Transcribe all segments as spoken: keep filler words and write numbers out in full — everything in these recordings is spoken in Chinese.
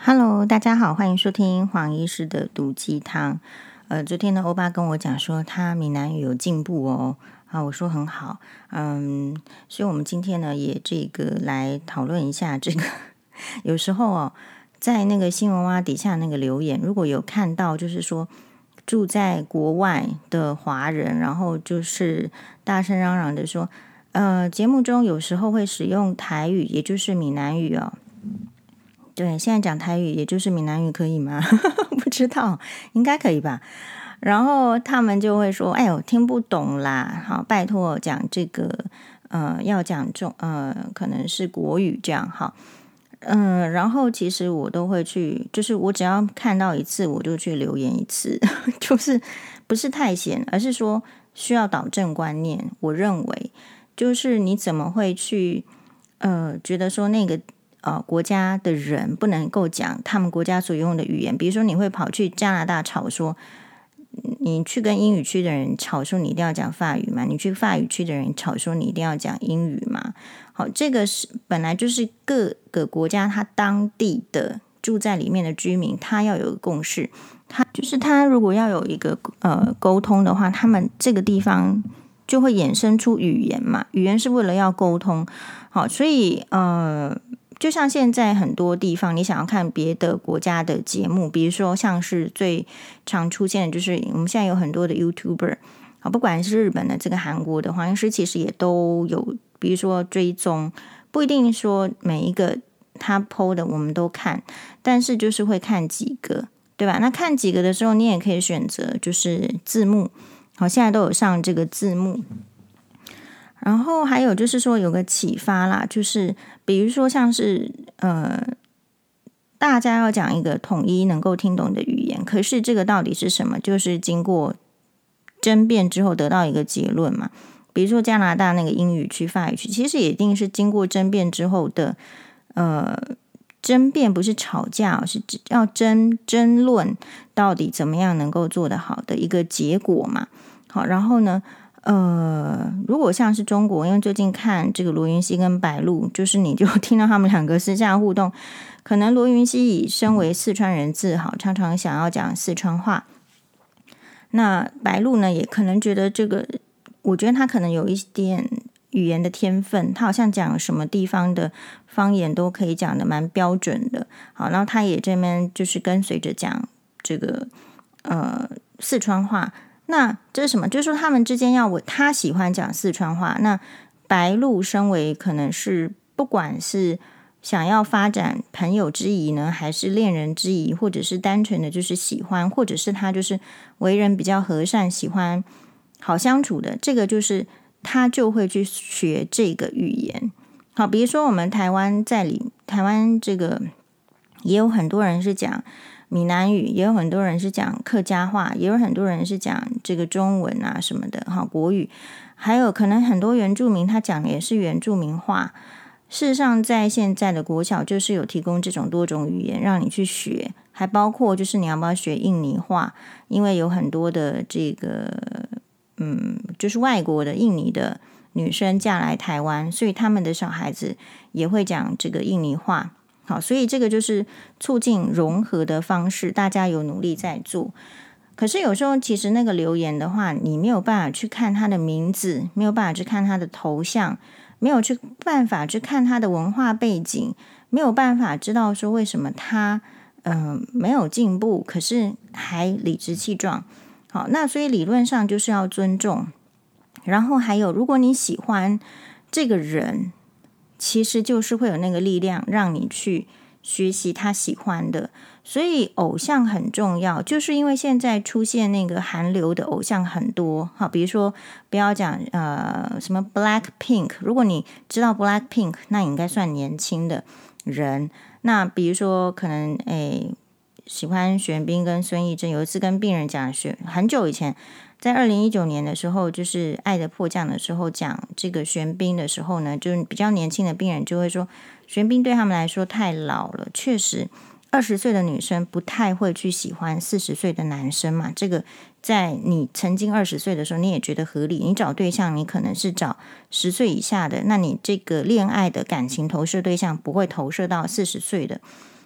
Hello，大家好，欢迎收听黄医师的毒鸡汤。呃，昨天呢，欧巴跟我讲说他闽南语有进步哦，啊，我说很好，嗯，所以我们今天呢也这个来讨论一下这个，有时候哦，在那个新闻蛙底下那个留言，如果有看到就是说住在国外的华人，然后就是大声嚷嚷的说，呃，节目中有时候会使用台语，也就是闽南语哦。对，现在讲台语，也就是闽南语，可以吗？不知道，应该可以吧。然后他们就会说：“哎呦，听不懂啦！好，拜托讲这个，呃，要讲中，呃，可能是国语这样哈。嗯、呃，然后其实我都会去，就是我只要看到一次，我就去留言一次，就是不是太闲，而是说需要导正观念。我认为，就是你怎么会去，呃，觉得说那个。”呃，国家的人不能够讲他们国家所用的语言，比如说你会跑去加拿大吵说，你去跟英语区的人吵说你一定要讲法语嘛，你去法语区的人吵说你一定要讲英语嘛。好，这个是本来就是各个国家他当地的住在里面的居民，他要有个共识，他就是他如果要有一个呃沟通的话，他们这个地方就会衍生出语言嘛，语言是为了要沟通。好，所以呃。就像现在很多地方，你想要看别的国家的节目，比如说像是最常出现的，就是我们现在有很多的 YouTuber， 啊，不管是日本的、这个韩国的黄医师，其实也都有，比如说追踪，不一定说每一个他 P O 的我们都看，但是就是会看几个，对吧？那看几个的时候，你也可以选择就是字幕，好，现在都有上这个字幕。然后还有就是说有个启发啦，就是比如说像是呃，大家要讲一个统一能够听懂的语言，可是这个到底是什么？就是经过争辩之后得到一个结论嘛。比如说加拿大那个英语区、法语区，其实也一定是经过争辩之后的呃争辩，不是吵架，是要争争论到底怎么样能够做得好的一个结果嘛。好，然后呢？呃，如果像是中国，因为最近看这个罗云熙跟白鹿，就是你就听到他们两个私下互动，可能罗云熙以身为四川人自豪，常常想要讲四川话。那白鹿呢，也可能觉得这个，我觉得他可能有一点语言的天分，他好像讲什么地方的方言都可以讲的蛮标准的。好，然后他也这边就是跟随着讲这个呃四川话。那这是什么？就是说他们之间要我他喜欢讲四川话，那白鹿身为可能是不管是想要发展朋友之谊呢，还是恋人之谊，或者是单纯的就是喜欢，或者是他就是为人比较和善，喜欢好相处的，这个就是他就会去学这个语言。好，比如说我们台湾在里台湾这个也有很多人是讲闽南语，也有很多人是讲客家话，也有很多人是讲这个中文啊什么的，哈，国语，还有可能很多原住民他讲的也是原住民话。事实上，在现在的国小就是有提供这种多种语言让你去学，还包括就是你要不要学印尼话，因为有很多的这个嗯，就是外国的印尼的女生嫁来台湾，所以他们的小孩子也会讲这个印尼话。好，所以这个就是促进融合的方式，大家有努力在做。可是有时候其实那个留言的话，你没有办法去看他的名字，没有办法去看他的头像，没有去办法去看他的文化背景，没有办法知道说为什么他嗯、呃、没有进步，可是还理直气壮。好，那所以理论上就是要尊重。然后还有，如果你喜欢这个人，其实就是会有那个力量让你去学习他喜欢的，所以偶像很重要，就是因为现在出现那个韩流的偶像很多，好，比如说不要讲呃什么 Blackpink， 如果你知道 Blackpink， 那你应该算年轻的人。那比如说可能诶喜欢玄彬跟孙艺珍，有一次跟病人讲，学很久以前。在二零一九年的时候，就是《爱的迫降》的时候讲这个玄彬的时候呢，就是比较年轻的病人就会说，玄彬对他们来说太老了。确实，二十岁的女生不太会去喜欢四十岁的男生嘛。这个在你曾经二十岁的时候，你也觉得合理。你找对象，你可能是找十岁以下的，那你这个恋爱的感情投射对象不会投射到四十岁的。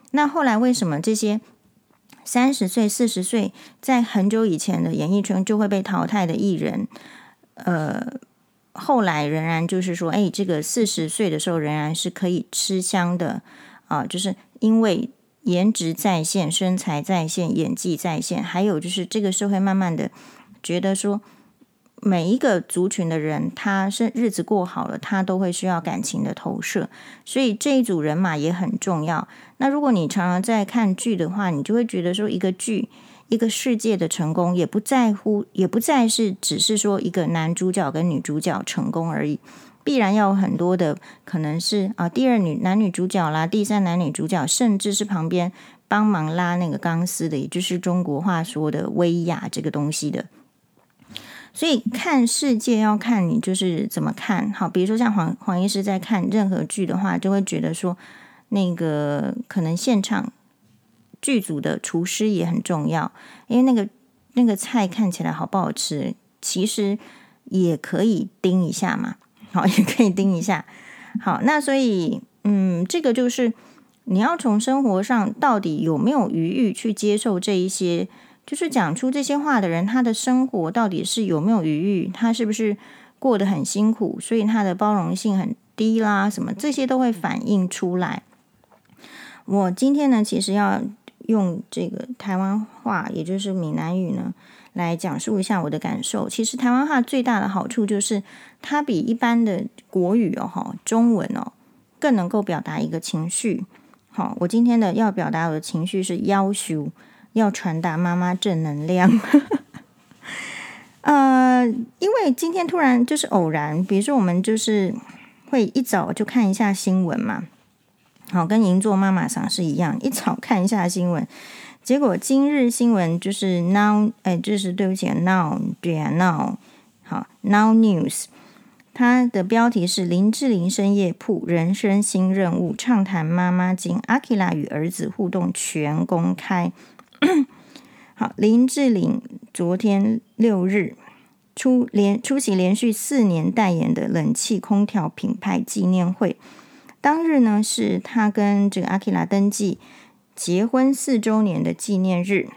那后来为什么这些三十岁、四十岁在很久以前的演艺圈就会被淘汰的艺人，呃，后来仍然就是说，哎，这个四十岁的时候仍然是可以吃香的啊、呃，就是因为颜值在线、身材在线、演技在线，还有就是这个社会慢慢的觉得说，每一个族群的人，他是日子过好了，他都会需要感情的投射，所以这一组人马也很重要。那如果你常常在看剧的话，你就会觉得说，一个剧、一个世界的成功，也不在乎，也不再是只是说一个男主角跟女主角成功而已。必然要有很多的可能是啊，第二女男女主角啦，第三男女主角，甚至是旁边帮忙拉那个钢丝的，也就是中国话说的威亚这个东西的。所以看世界要看你就是怎么看。好，比如说像黄黄医师在看任何剧的话，就会觉得说，那个可能现场剧组的厨师也很重要，因为那个那个菜看起来好不好吃，其实也可以盯一下嘛。好，也可以盯一下。好，那所以，嗯，这个就是你要从生活上到底有没有余裕去接受这一些，就是讲出这些话的人，他的生活到底是有没有余裕，他是不是过得很辛苦，所以他的包容性很低啦，什么这些都会反映出来。我今天呢，其实要用这个台湾话，也就是闽南语呢，来讲述一下我的感受。其实台湾话最大的好处就是它比一般的国语哦，中文哦，更能够表达一个情绪。好，我今天的要表达我的情绪是要求要传达妈妈正能量。呃，因为今天突然就是偶然，比如说我们就是会一早就看一下新闻嘛，好，跟银座妈妈桑是一样，一早看一下新闻。结果今日新闻就是 now， 哎，就是对不起 now， 对啊 now， 好 now news， 它的标题是林志玲深夜铺人生新任务，畅谈妈妈经，阿基拉与儿子互动全公开。好，林志玲昨天六日出连出席连续四年代言的冷气空调品牌纪念会，当日呢是她跟这个阿基拉登记结婚四周年的纪念日。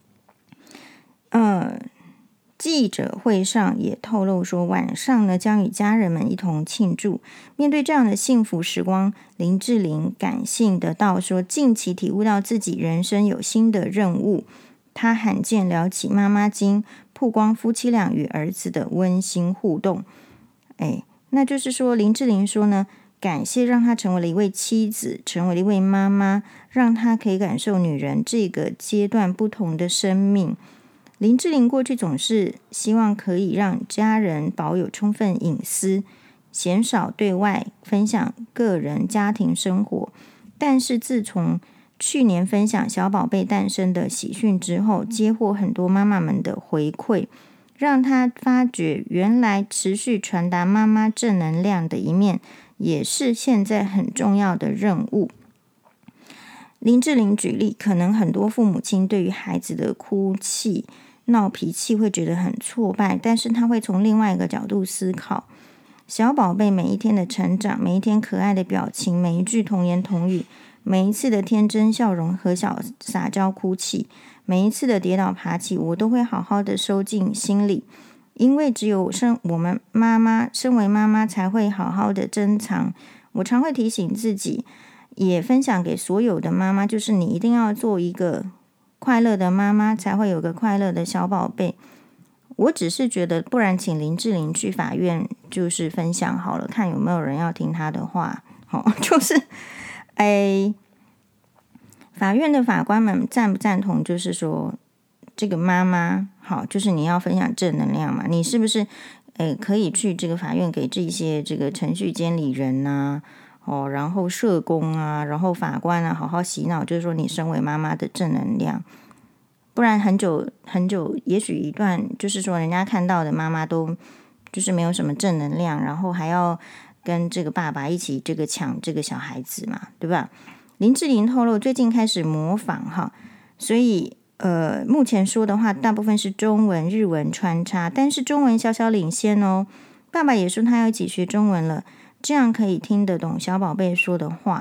呃，记者会上也透露说，晚上呢将与家人们一同庆祝。面对这样的幸福时光，林志玲感性的道说，近期体悟到自己人生有新的任务。她罕见聊起妈妈经，曝光夫妻俩与儿子的温馨互动。哎，那就是说，林志玲说呢，感谢让她成为了一位妻子，成为了一位妈妈，让她可以感受女人这个阶段不同的生命。林志玲过去总是希望可以让家人保有充分隐私，鲜少对外分享个人家庭生活，但是自从去年分享小宝贝诞生的喜讯之后，接获很多妈妈们的回馈，让她发觉原来持续传达妈妈正能量的一面也是现在很重要的任务。林志玲举例，可能很多父母亲对于孩子的哭泣闹脾气会觉得很挫败，但是他会从另外一个角度思考，小宝贝每一天的成长，每一天可爱的表情，每一句童言童语，每一次的天真笑容和小撒娇哭泣，每一次的跌倒爬起，我都会好好的收进心里，因为只有生我们妈妈身为妈妈才会好好的珍藏。我常会提醒自己，也分享给所有的妈妈，就是你一定要做一个快乐的妈妈，才会有个快乐的小宝贝。我只是觉得，不然请林志玲去法院就是分享好了，看有没有人要听她的话。好，就是哎，法院的法官们赞不赞同？就是说，这个妈妈好，就是你要分享正能量嘛，你是不是哎可以去这个法院给这些这个程序监理人呐、啊？哦，然后社工啊，然后法官啊，好好洗脑，就是说你身为妈妈的正能量。不然很久很久，也许一段就是说人家看到的妈妈都就是没有什么正能量，然后还要跟这个爸爸一起这个抢这个小孩子嘛，对吧？林志玲透露最近开始模仿哈，所以呃目前说的话大部分是中文日文穿插，但是中文小小领先哦。爸爸也说他要一起学中文了，这样可以听得懂小宝贝说的话。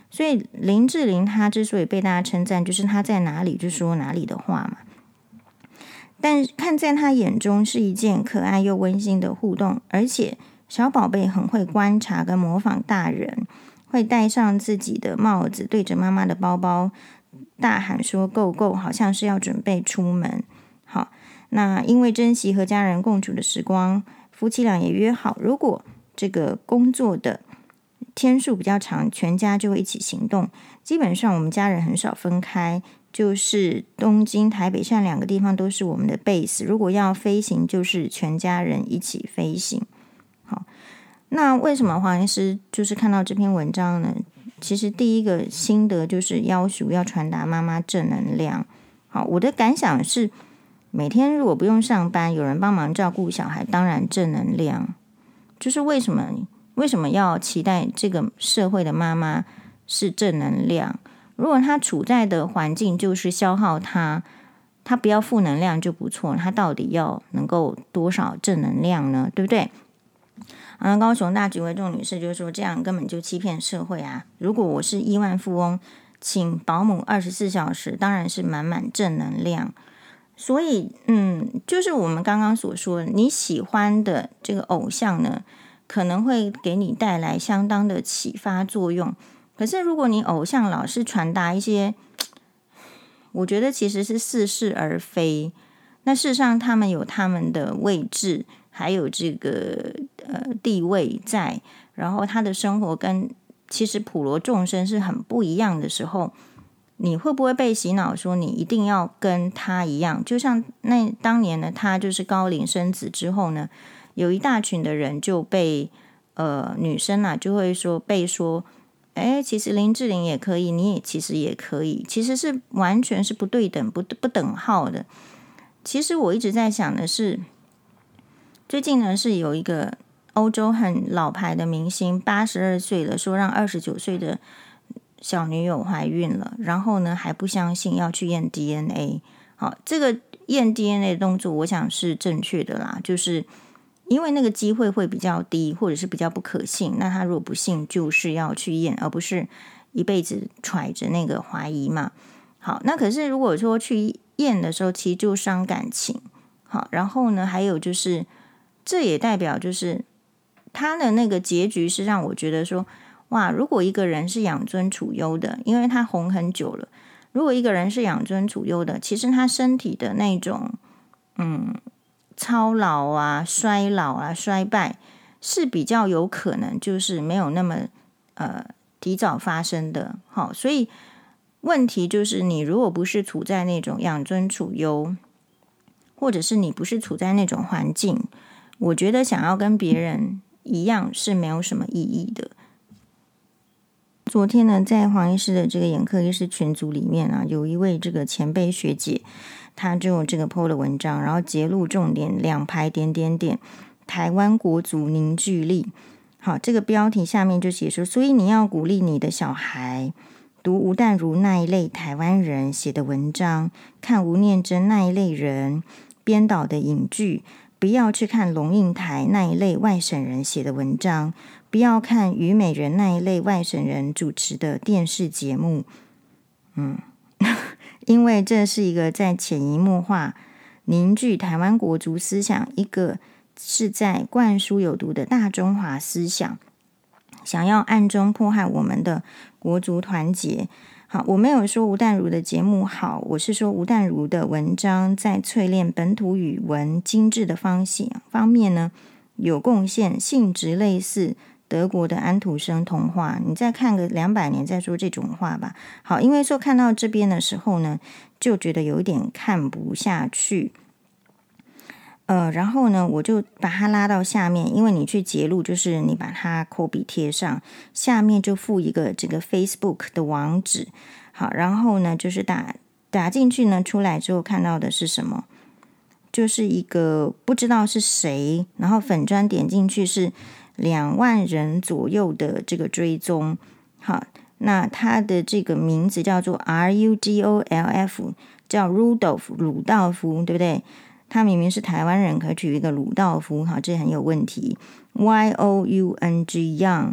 所以林志玲她之所以被大家称赞，就是她在哪里就说哪里的话嘛。但看在她眼中是一件可爱又温馨的互动，而且小宝贝很会观察跟模仿大人，会戴上自己的帽子，对着妈妈的包包大喊说 Go Go， 好像是要准备出门。好，那因为珍惜和家人共处的时光，夫妻俩也约好，如果这个工作的天数比较长，全家就会一起行动。基本上我们家人很少分开，就是东京、台北像两个地方都是我们的 base， 如果要飞行就是全家人一起飞行。好，那为什么黄医师就是看到这篇文章呢？其实第一个心得就是要求要传达妈妈正能量。好，我的感想是每天如果不用上班，有人帮忙照顾小孩，当然正能量。就是为什么为什么要期待这个社会的妈妈是正能量？如果她处在的环境就是消耗她，她不要负能量就不错，她到底要能够多少正能量呢？对不对？啊，高雄大举为众女士就说这样根本就欺骗社会啊！如果我是亿万富翁，请保姆二十四小时，当然是满满正能量。所以，嗯，就是我们刚刚所说，你喜欢的这个偶像呢，可能会给你带来相当的启发作用。可是，如果你偶像老是传达一些，我觉得其实是似是而非。那事实上，他们有他们的位置，还有这个呃地位在，然后他的生活跟其实普罗众生是很不一样的时候。你会不会被洗脑说你一定要跟他一样？就像那当年呢，他就是高龄生子之后呢，有一大群的人就被呃女生啊就会说被说，哎，其实林志玲也可以，你也其实也可以，其实是完全是不对等、不不等号的。其实我一直在想的是，最近呢是有一个欧洲很老牌的明星，八十二岁了，说让二十九岁的小女友怀孕了，然后呢还不相信，要去验 D N A。 好，这个验 D N A 的动作我想是正确的啦，就是因为那个机会会比较低，或者是比较不可信，那他如果不信就是要去验，而不是一辈子揣着那个怀疑嘛。好，那可是如果说去验的时候其实就伤感情。好，然后呢还有就是这也代表就是他的那个结局是让我觉得说，哇，如果一个人是养尊处优的，因为他红很久了，如果一个人是养尊处优的，其实他身体的那种嗯操劳啊、衰老啊、衰败是比较有可能就是没有那么呃提早发生的。好，所以问题就是你如果不是处在那种养尊处优，或者是你不是处在那种环境，我觉得想要跟别人一样是没有什么意义的。昨天呢，在黄医师的这个眼科医师群组里面啊，有一位这个前辈学姐，她就这个 po 了文章，然后截录重点两排点点点，台湾国族凝聚力。好，这个标题下面就写说，所以你要鼓励你的小孩读吴淡如那一类台湾人写的文章，看吴念真那一类人编导的影剧，不要去看龙应台那一类外省人写的文章，不要看虞美人那一类外省人主持的电视节目。嗯，因为这是一个在潜移默化凝聚台湾国族思想，一个是在灌输有毒的大中华思想，想要暗中迫害我们的国族团结。好，我没有说吴淡如的节目好，我是说吴淡如的文章在淬炼本土语文精致的方向方面呢有贡献，性质类似德国的安徒生童话，你再看个两百年再说这种话吧。好，因为说看到这边的时候呢，就觉得有一点看不下去。呃，然后呢，我就把它拉到下面，因为你去截录，就是你把它抠笔贴上，下面就附一个这个 Facebook 的网址。好，然后呢，就是打打进去呢，出来之后看到的是什么？就是一个不知道是谁，然后粉专点进去是两万人左右的这个追踪。好，那他的这个名字叫做 R U D O L F， 叫 Rudolf 鲁道夫，对不对？他明明是台湾人，可取一个鲁道夫，好，这很有问题。Y O U N G Young，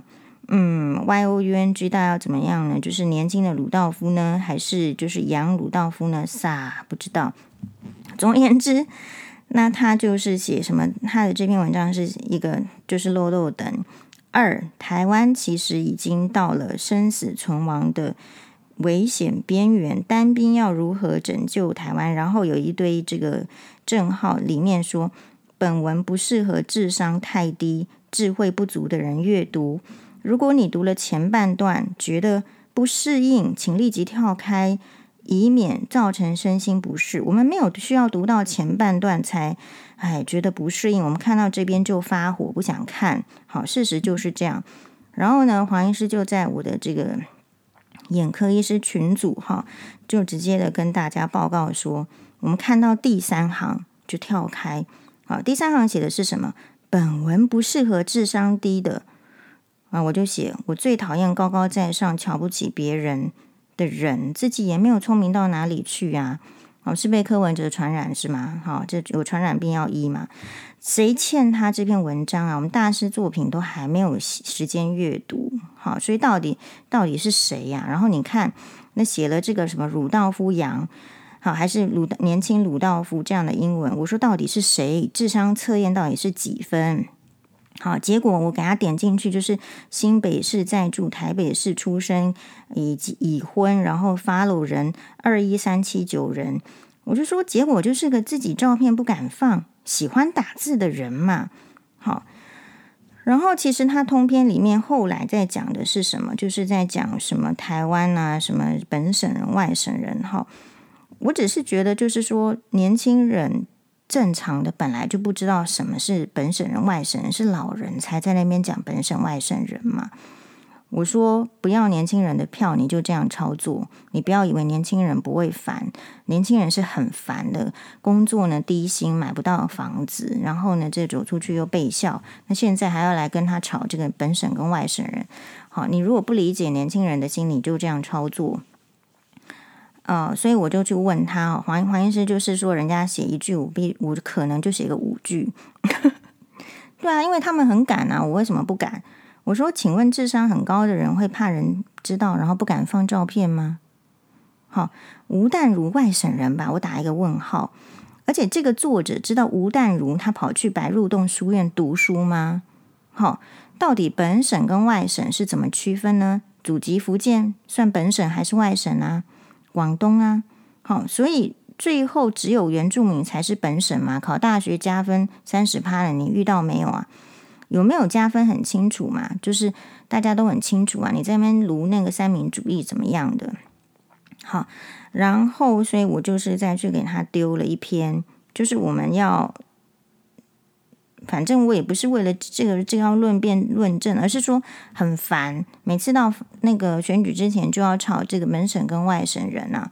嗯 Y O U N G 大家要怎么样呢？就是年轻的鲁道夫呢，还是就是杨鲁道夫呢？撒不知道。总而言之，那他就是写什么？他的这篇文章是一个就是漏漏等二，台湾其实已经到了生死存亡的危险边缘，单兵要如何拯救台湾？然后有一堆这个正号里面说，本文不适合智商太低、智慧不足的人阅读。如果你读了前半段觉得不适应，请立即跳开，以免造成身心不适。我们没有需要读到前半段才哎觉得不适应，我们看到这边就发火不想看。好，事实就是这样。然后呢，黄医师就在我的这个眼科医师群组哈，就直接的跟大家报告说，我们看到第三行就跳开。好，第三行写的是什么？本文不适合智商低的啊，我就写我最讨厌高高在上、瞧不起别人的人，自己也没有聪明到哪里去啊。哦，是被柯文哲传染是吗？好、哦，这有传染病要医吗？谁欠他这篇文章啊？我们大师作品都还没有时间阅读，好，所以到底到底是谁呀、啊？然后你看，那写了这个什么鲁道夫杨，好，还是鲁年轻鲁道夫这样的英文？我说到底是谁？智商测验到底是几分？好，结果我给他点进去，就是新北市在住，台北市出生，以及已婚，然后 follow 人二一三七九人，我就说结果就是个自己照片不敢放，喜欢打字的人嘛。好，然后其实他通篇里面后来在讲的是什么？就是在讲什么台湾啊，什么本省人、外省人。哈，我只是觉得就是说年轻人。正常的本来就不知道什么是本省人外省人，是老人才在那边讲本省外省人嘛。我说不要年轻人的票，你就这样操作，你不要以为年轻人不会烦，年轻人是很烦的。工作呢低薪，买不到房子，然后呢这走出去又被笑，那现在还要来跟他吵这个本省跟外省人。好，你如果不理解年轻人的心理，就这样操作。呃，所以我就去问他，黄黄医师就是说，人家写一句，我必我可能就写个五句，对啊，因为他们很敢啊，我为什么不敢？我说，请问智商很高的人会怕人知道，然后不敢放照片吗？好，吴淡如外省人吧，我打一个问号。而且这个作者知道吴淡如他跑去白鹿洞书院读书吗？好，到底本省跟外省是怎么区分呢？祖籍福建算本省还是外省啊？广东啊，好，所以最后只有原住民才是本省嘛？考大学加分三十趴了，你遇到没有啊？有没有加分很清楚嘛？就是大家都很清楚啊。你在那边读那个三民主义怎么样的？好，然后所以我就是再去给他丢了一篇，就是我们要，反正我也不是为了这个这要论辩论证，而是说很烦，每次到那个选举之前就要吵这个本省跟外省人啊。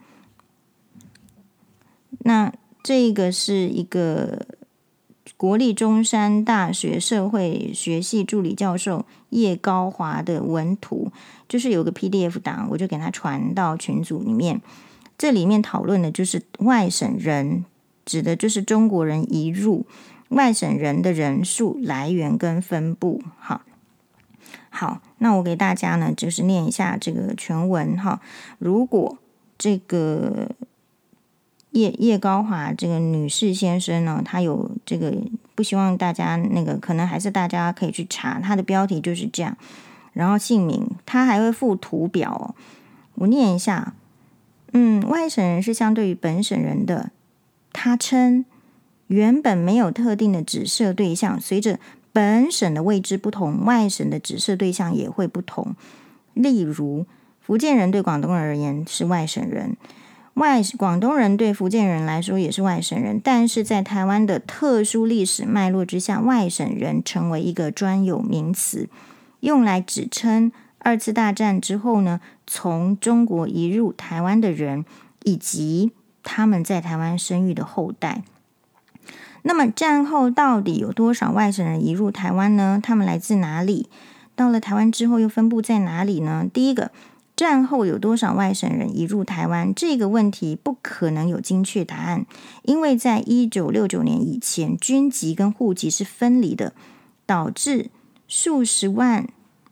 那这个是一个国立中山大学社会学系助理教授叶高华的文图，就是有个 P D F 档，我就给他传到群组里面。这里面讨论的就是外省人，指的就是中国人移入。外省人的人数来源跟分布。好，好，那我给大家呢，就是念一下这个全文哈。如果这个叶叶高华这个女士先生呢，她有这个不希望大家那个，可能还是大家可以去查，她的标题就是这样，然后姓名，她还会附图表哦。我念一下，嗯，外省人是相对于本省人的，他称。原本没有特定的指涉对象，随着本省的位置不同，外省的指涉对象也会不同。例如，福建人对广东人而言是外省人，外广东人对福建人来说也是外省人，但是在台湾的特殊历史脉络之下，外省人成为一个专有名词，用来指称二次大战之后呢，从中国移入台湾的人，以及他们在台湾生育的后代。那么战后到底有多少外省人移入台湾呢？他们来自哪里？到了台湾之后又分布在哪里呢？第一个，战后有多少外省人移入台湾？这个问题不可能有精确答案，因为在一九六九年以前，军籍跟户籍是分离的，导致数十万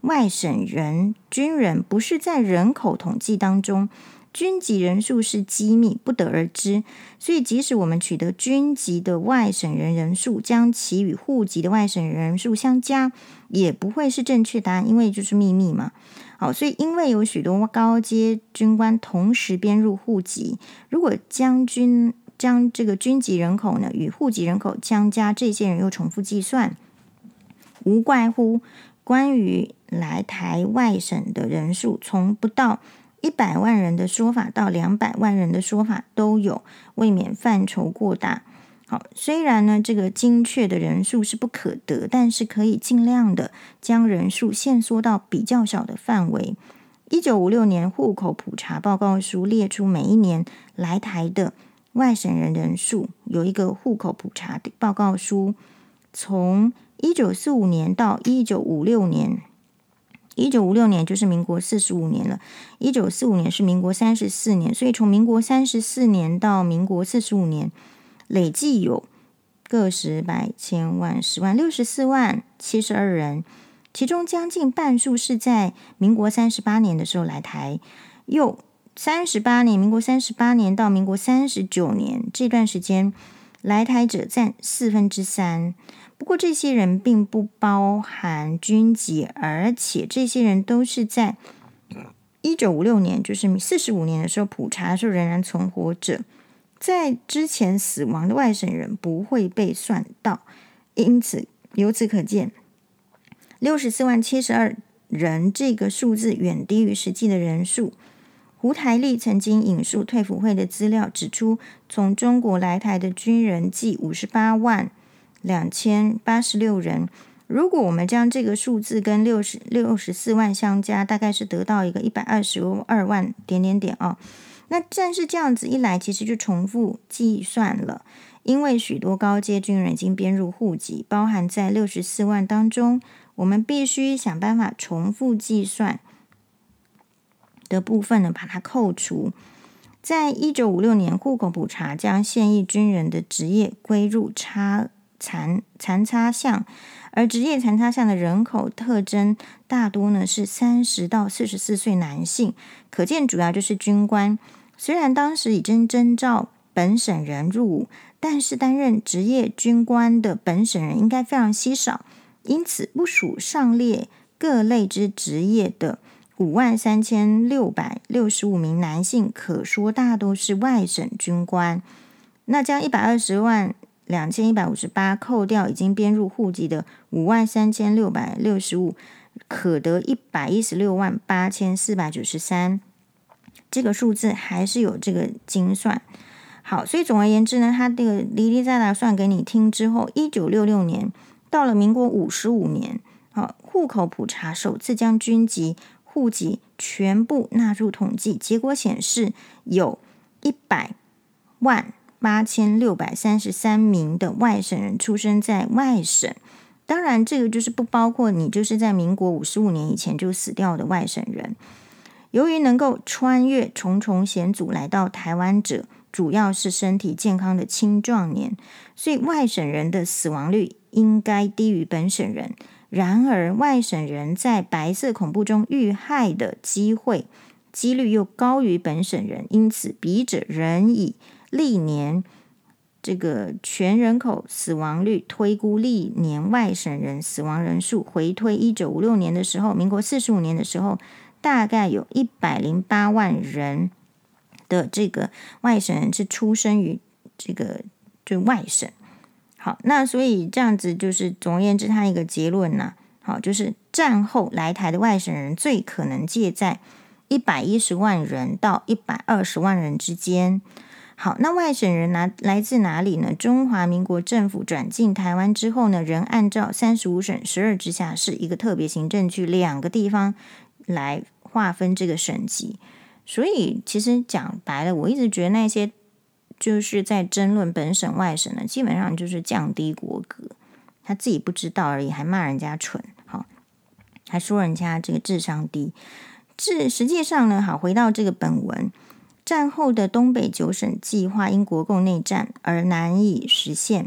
外省人军人不是在人口统计当中，军籍人数是机密，不得而知。所以即使我们取得军籍的外省人人数，将其与户籍的外省人人数相加，也不会是正确答案，因为就是秘密嘛。好，所以因为有许多高阶军官同时编入户籍，如果将军将这个军籍人口呢与户籍人口相加，这些人又重复计算，无怪乎关于来台外省的人数，从不到一百万人的说法到两百万人的说法都有，未免范畴过大。好，虽然呢这个精确的人数是不可得，但是可以尽量的将人数限缩到比较小的范围。一九五六年户口普查报告书列出每一年来台的外省人人数，有一个户口普查的报告书，从一九四五年到一九五六年，一九五六年就是民国四十五年了，一九四五年是民国三十四年，所以从民国三十四年到民国四十五年，累计有个十百千万十万六十四万七十二人，其中将近半数是在民国三十八年的时候来台，又三十八年，民国三十八年到民国三十九年这段时间，来台者占四分之三。不过这些人并不包含军籍，而且这些人都是在一九五六年，就是四十五年的时候普查的时候仍然存活着，在之前死亡的外省人不会被算到。因此由此可见，六十四万七十二人这个数字远低于实际的人数。胡台丽曾经引述退辅会的资料，指出从中国来台的军人计五十八万两千八十六人，如果我们将这个数字跟六十六十四万相加，大概是得到一个一百二十二万点点点哦。那但是这样子一来，其实就重复计算了，因为许多高阶军人已经编入户籍，包含在六十四万当中，我们必须想办法重复计算的部分呢，把它扣除。在一九五六年，户口普查将现役军人的职业归入差残残差项，而职业残差项的人口特征大多呢是三十到四十四岁男性，可见主要就是军官。虽然当时已经征召本省人入伍，但是担任职业军官的本省人应该非常稀少，因此不属上列各类之职业的五万三千六百六十五名男性，可说大都是外省军官。那将一百二十万两千一百五十八扣掉已经编入户籍的五万三千六百六十五，可得一百一十六万八千四百九十三。这个数字还是有这个精算。好，所以总而言之呢，他这个哩哩喳喳算给你听之后，一九六六年到了民国五十五年，好，户口普查首次将军籍、户籍全部纳入统计，结果显示有一百万八千六百三十三名的外省人出生在外省。当然，这个就是不包括你就是在民国五十五年以前就死掉的外省人。由于能够穿越重重险阻来到台湾者，主要是身体健康的青壮年，所以外省人的死亡率应该低于本省人。然而，外省人在白色恐怖中遇害的机会几率又高于本省人，因此笔者仍以历年这个全人口死亡率推估历年外省人死亡人数，回推一九五六年的时候，民国四十五年的时候，大概有一百零八万人的这个外省人是出生于这个就外省。好，那所以这样子就是总而言之，他一个结论呢、啊，好，就是战后来台的外省人最可能介在一百一十万人到一百二十万人之间。好，那外省人拿来自哪里呢？中华民国政府转进台湾之后呢，仍按照三十五省十二直辖市一个特别行政区两个地方来划分这个省级。所以其实讲白了，我一直觉得那些就是在争论本省外省呢，基本上就是降低国格，他自己不知道而已，还骂人家蠢，好，还说人家这个智商低。这实际上呢，好，回到这个本文，战后的东北九省计划因国共内战而难以实现，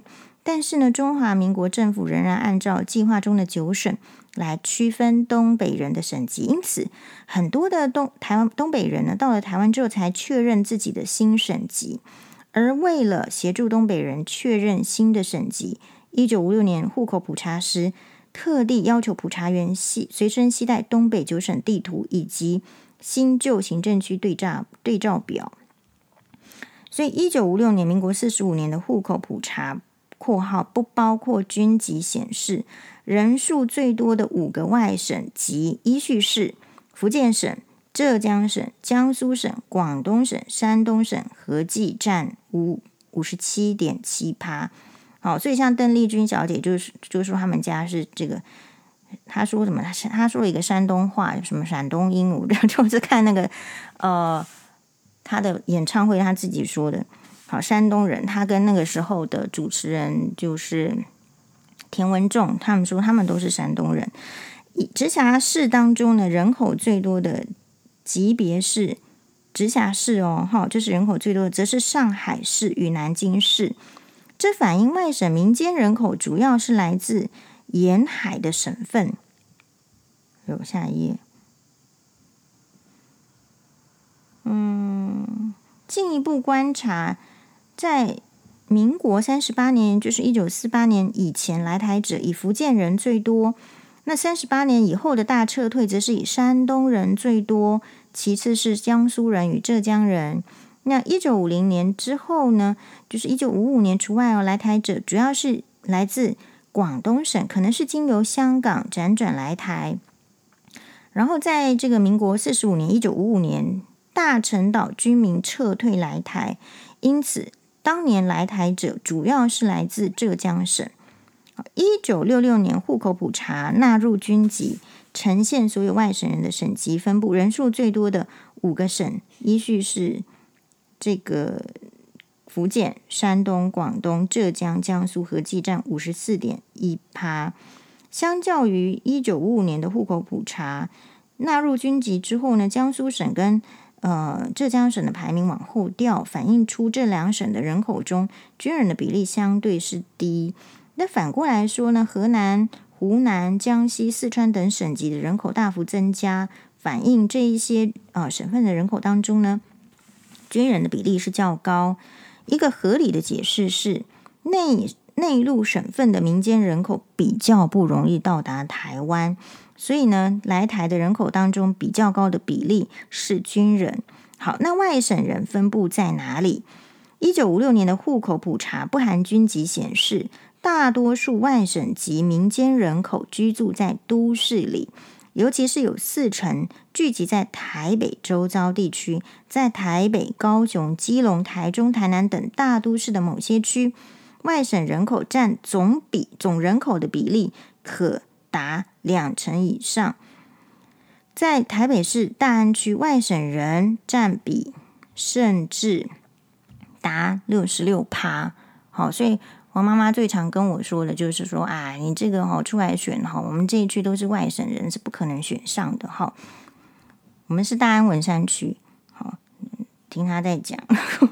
但是呢，中华民国政府仍然按照计划中的九省来区分东北人的省级，因此很多的东台湾东北人呢，到了台湾之后才确认自己的新省级。而为了协助东北人确认新的省级，一九五六年户口普查时，特地要求普查员系随身携带东北九省地图以及新旧行政区对照对照表。所以一九五六年民国四十五年的户口普查（括号不包括军籍）显示，人数最多的五个外省级依序是福建省、浙江省、江苏省、广东省、山东省，合计占五五十七点七趴。好，所以像邓丽君小姐就是就说他们家是这个，她说什么？她说了一个山东话，什么山东音，我就是看那个呃她的演唱会，她自己说的。好，山东人，她跟那个时候的主持人就是田文仲，他们说他们都是山东人。直辖市当中呢，人口最多的级别是直辖市哦，哈，这是人口最多的，则是上海市与南京市。这反映外省民间人口主要是来自沿海的省份。有下一页。嗯，进一步观察，在民国三十八年，就是一九四八年以前来台者，以福建人最多。那三十八年以后的大撤退，则是以山东人最多，其次是江苏人与浙江人。那一九五零年之后呢，就是一九五五年除外哦，来台者主要是来自广东省，可能是经由香港辗转来台。然后在这个民国四十五年，一九五五年，大陈岛军民撤退来台，因此当年来台者主要是来自浙江省。一九六六年户口普查纳入军籍，呈现所有外省人的省级分布，人数最多的五个省依序是这个福建、山东、广东、浙江、江苏，合计占 五十四点一趴。相较于一九五五年的户口普查纳入军籍之后呢，江苏省跟呃浙江省的排名往后掉，反映出这两省的人口中军人的比例相对是低。那反过来说呢，河南、湖南、江西、四川等省级的人口大幅增加，反映这一些呃省份的人口当中呢，军人的比例是较高。一个合理的解释是，内内陆省份的民间人口比较不容易到达台湾，所以呢，来台的人口当中比较高的比例是军人。好，那外省人分布在哪里？一九五六年的户口普查不含军籍显示，大多数外省籍民间人口居住在都市里，尤其是有四成聚集在台北周遭地区，在台北、高雄、基隆、台中、台南等大都市的某些区，外省人口占总比总人口的比例可达两成以上。在台北市大安区，外省人占比甚至达 百分之六十六。 好，所以王妈妈最常跟我说的就是说啊，你这个、哦、出来选、哦、我们这一区都是外省人，是不可能选上的、哦、我们是大安文山区、哦、听他在讲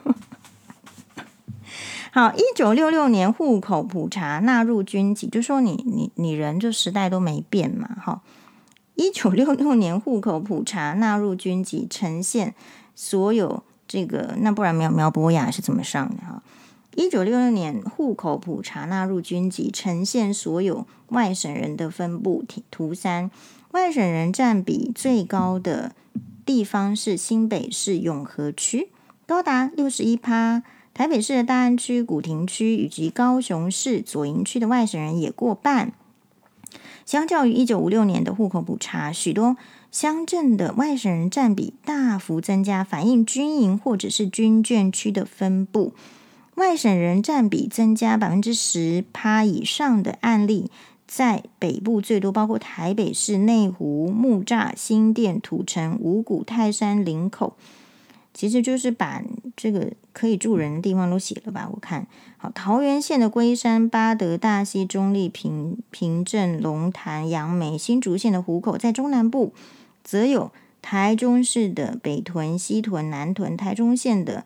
好，一九六六年户口普查纳入军籍，就说你你你人这时代都没变嘛。好，一九六六年户口普查纳入军籍，呈现所有这个，那不然苗苗博雅是怎么上的哈？一九六六年户口普查纳入军籍，呈现所有外省人的分布。图三，外省人占比最高的地方是新北市永和区，高达 百分之六十一。台北市的大安区、古亭区以及高雄市左营区的外省人也过半。相较于一九五六年的户口普查，许多乡镇的外省人占比大幅增加，反映军营或者是军眷区的分布。外省人占比增加 百分之十 以上的案例在北部最多，包括台北市、内湖、木栅、新店、土城、五股、泰山、林口。其实就是把这个可以住人的地方都写了吧，我看好。桃园县的龟山、八德、大溪、中坜、平平镇、龙潭、杨梅；新竹县的湖口，在中南部则有台中市的北屯、西屯、南屯；台中县的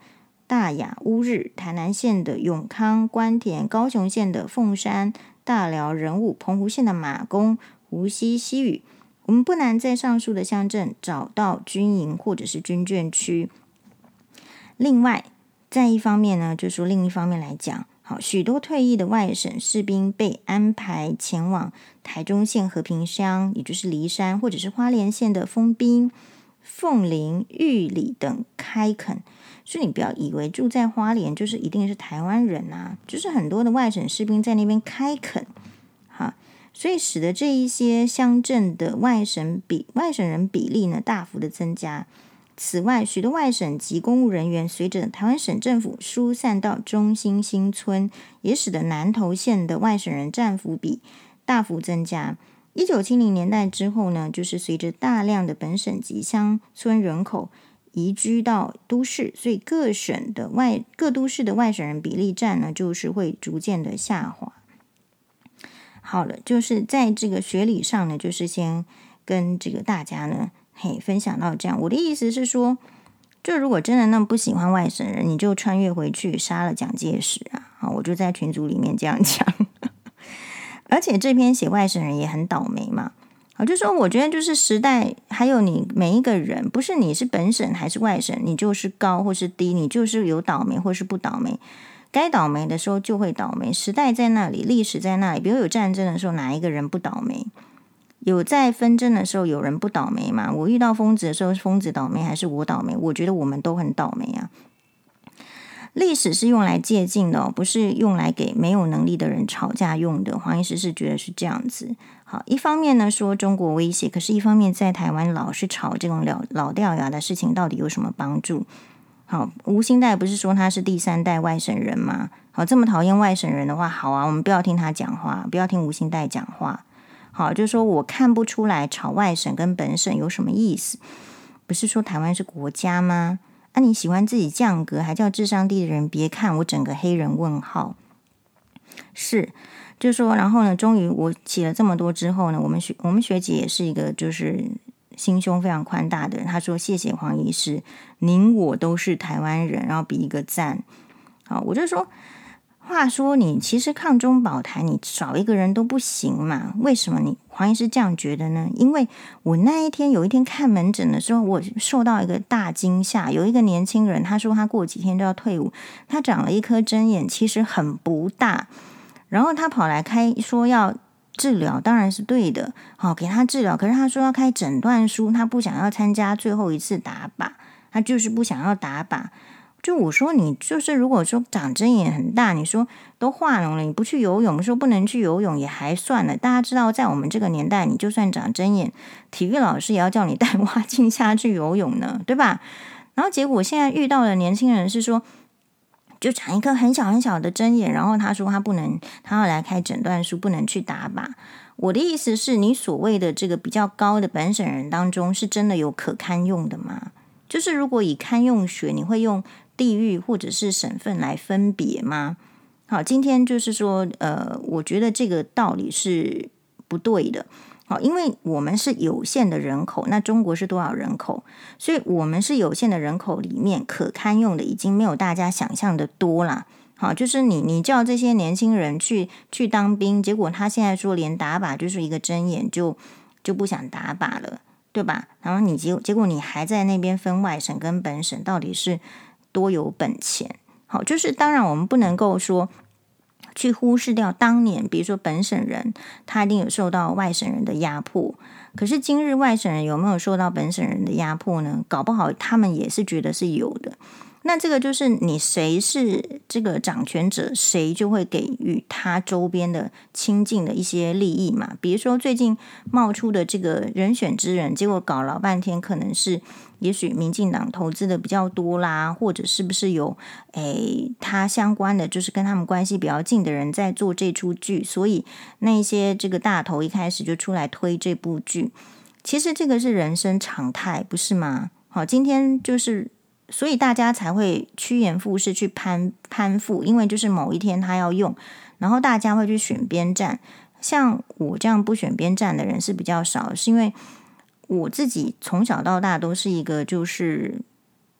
大雅、乌日，台南县的永康、关田，高雄县的凤山、大寮、仁武，澎湖县的马公、湖西、西屿。我们不难在上述的乡镇找到军营或者是军眷区。另外，在一方面呢，就说另一方面来讲，好，许多退役的外省士兵被安排前往台中县和平乡，也就是梨山，或者是花莲县的丰滨、凤林、玉里等开垦。所以你不要以为住在花莲就是一定是台湾人啊，就是很多的外省士兵在那边开垦，哈，所以使得这一些乡镇的外省比外省人比例呢大幅的增加。此外，许多外省籍公务人员随着台湾省政府疏散到中心新村，也使得南投县的外省人占幅比大幅增加。一九七零年代之后呢，就是随着大量的本省籍乡村人口移居到都市，所以各省的外各都市的外省人比例占呢，就是会逐渐的下滑。好了，就是在这个学理上呢，就是先跟这个大家呢。嘿，分享到这样，我的意思是说，就如果真的那么不喜欢外省人，你就穿越回去杀了蒋介石啊！好，我就在群组里面这样讲。而且这篇写外省人也很倒霉嘛，好，就说我觉得就是时代，还有你每一个人，不是你是本省还是外省，你就是高或是低，你就是有倒霉或是不倒霉。该倒霉的时候就会倒霉，时代在那里，历史在那里。比如有战争的时候，哪一个人不倒霉？有在纷争的时候有人不倒霉吗？我遇到疯子的时候，疯子倒霉还是我倒霉？我觉得我们都很倒霉啊。历史是用来借鉴的、哦，不是用来给没有能力的人吵架用的。黄医师是觉得是这样子。好，一方面呢说中国威胁，可是一方面在台湾老是吵这种老老掉牙的事情，到底有什么帮助？好，吴欣岱不是说他是第三代外省人吗？好，这么讨厌外省人的话，好啊，我们不要听他讲话，不要听吴欣岱讲话。好，就是说我看不出来炒外省跟本省有什么意思。不是说台湾是国家吗？啊，你喜欢自己降格，还叫智商低的人别看我整个黑人问号。是，就是说，然后呢，终于我写了这么多之后呢，我们学我们学姐也是一个就是心胸非常宽大的人，她说谢谢黄医师，您我都是台湾人，然后比一个赞。好，我就说。话说你其实抗中保台你少一个人都不行嘛，为什么你黄医师这样觉得呢？因为我那一天有一天看门诊的时候，我受到一个大惊吓，有一个年轻人他说他过几天就要退伍，他长了一颗针眼，其实很不大，然后他跑来开说要治疗，当然是对的，好给他治疗，可是他说要开诊断书，他不想要参加最后一次打靶，他就是不想要打靶。就我说你就是如果说长针眼很大，你说都化脓了，你不去游泳，说不能去游泳也还算了。大家知道在我们这个年代，你就算长针眼，体育老师也要叫你带蛙镜下去游泳呢，对吧？然后结果现在遇到的年轻人是说，就长一颗很小很小的针眼，然后他说他不能，他要来开诊断书，不能去打靶。我的意思是你所谓的这个比较高的本省人当中，是真的有可堪用的吗？就是如果以堪用学，你会用地域或者是省份来分别吗？好，今天就是说，呃，我觉得这个道理是不对的。好，因为我们是有限的人口，那中国是多少人口？所以我们是有限的人口里面可堪用的已经没有大家想象的多啦。好，就是你你叫这些年轻人去去当兵，结果他现在说连打靶就是一个针眼就就不想打靶了。对吧？然后你结结果你还在那边分外省跟本省，到底是多有本钱？好，就是当然我们不能够说去忽视掉当年，比如说本省人他一定有受到外省人的压迫，可是今日外省人有没有受到本省人的压迫呢？搞不好他们也是觉得是有的。那这个就是你谁是这个掌权者，谁就会给予他周边的亲近的一些利益嘛。比如说最近冒出的这个人选之人，结果搞老半天，可能是也许民进党投资的比较多啦，或者是不是有诶他相关的，就是跟他们关系比较近的人在做这出剧，所以那些这个大头一开始就出来推这部剧。其实这个是人生常态，不是吗？好，今天就是。所以大家才会趋炎附势去攀攀附，因为就是某一天他要用，然后大家会去选边站。像我这样不选边站的人是比较少，是因为我自己从小到大都是一个就是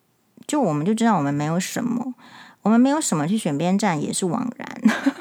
就我们就知道我们没有什么，我们没有什么去选边站也是枉然。